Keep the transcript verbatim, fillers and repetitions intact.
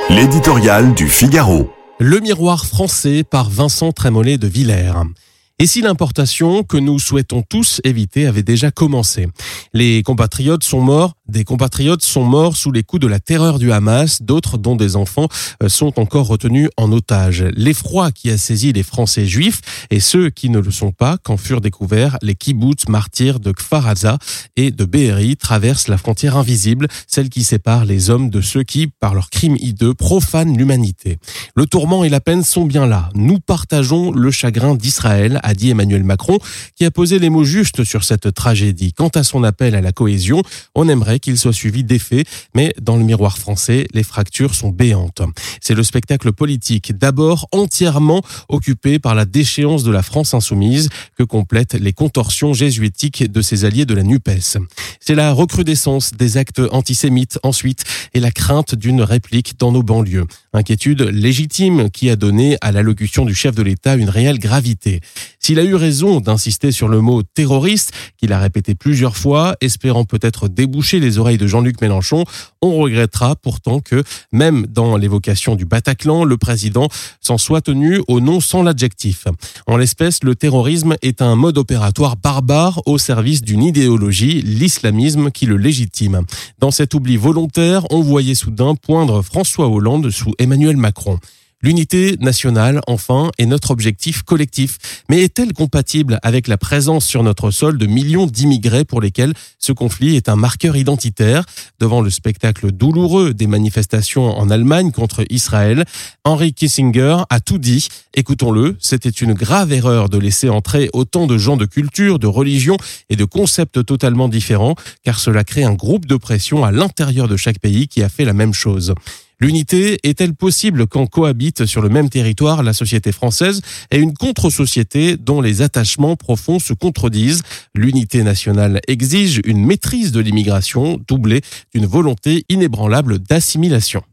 L'éditorial du Figaro. Le miroir français par Vincent Trémollet de Villers. Et si l'importation que nous souhaitons tous éviter avait déjà commencé? Les compatriotes sont morts, des compatriotes sont morts sous les coups de la terreur du Hamas, d'autres, dont des enfants, sont encore retenus en otage. L'effroi qui a saisi les Français juifs et ceux qui ne le sont pas quand furent découverts les kibboutz martyrs de Kfar Aza et de Be'eri traversent la frontière invisible, celle qui sépare les hommes de ceux qui, par leurs crimes hideux, profanent l'humanité. Le tourment et la peine sont bien là. Nous partageons le chagrin d'Israël, a dit Emmanuel Macron, qui a posé les mots justes sur cette tragédie. Quant à son appel à la cohésion, on aimerait qu'il soit suivi d'effets, mais dans le miroir français, les fractures sont béantes. C'est le spectacle politique, d'abord entièrement occupé par la déchéance de la France insoumise, que complètent les contorsions jésuitiques de ses alliés de la NUPES. C'est la recrudescence des actes antisémites ensuite et la crainte d'une réplique dans nos banlieues. Inquiétude légitime qui a donné à l'allocution du chef de l'État une réelle gravité. S'il a eu raison d'insister sur le mot terroriste, qu'il a répété plusieurs fois, espérant peut-être déboucher les oreilles de Jean-Luc Mélenchon, on regrettera pourtant que, même dans l'évocation du Bataclan, le président s'en soit tenu au nom sans l'adjectif. En l'espèce, le terrorisme est un mode opératoire barbare au service d'une idéologie, l'islamisme, qui le légitime. Dans cet oubli volontaire, on voyait soudain poindre François Hollande sous Emmanuel Macron. L'unité nationale, enfin, est notre objectif collectif. Mais est-elle compatible avec la présence sur notre sol de millions d'immigrés pour lesquels ce conflit est un marqueur identitaire? Devant le spectacle douloureux des manifestations en Allemagne contre Israël, Henry Kissinger a tout dit. Écoutons-le, c'était une grave erreur de laisser entrer autant de gens de culture, de religion et de concepts totalement différents, car cela crée un groupe de pression à l'intérieur de chaque pays qui a fait la même chose. L'unité est-elle possible quand cohabitent sur le même territoire la société française et une contre-société dont les attachements profonds se contredisent? L'unité nationale exige une maîtrise de l'immigration doublée d'une volonté inébranlable d'assimilation.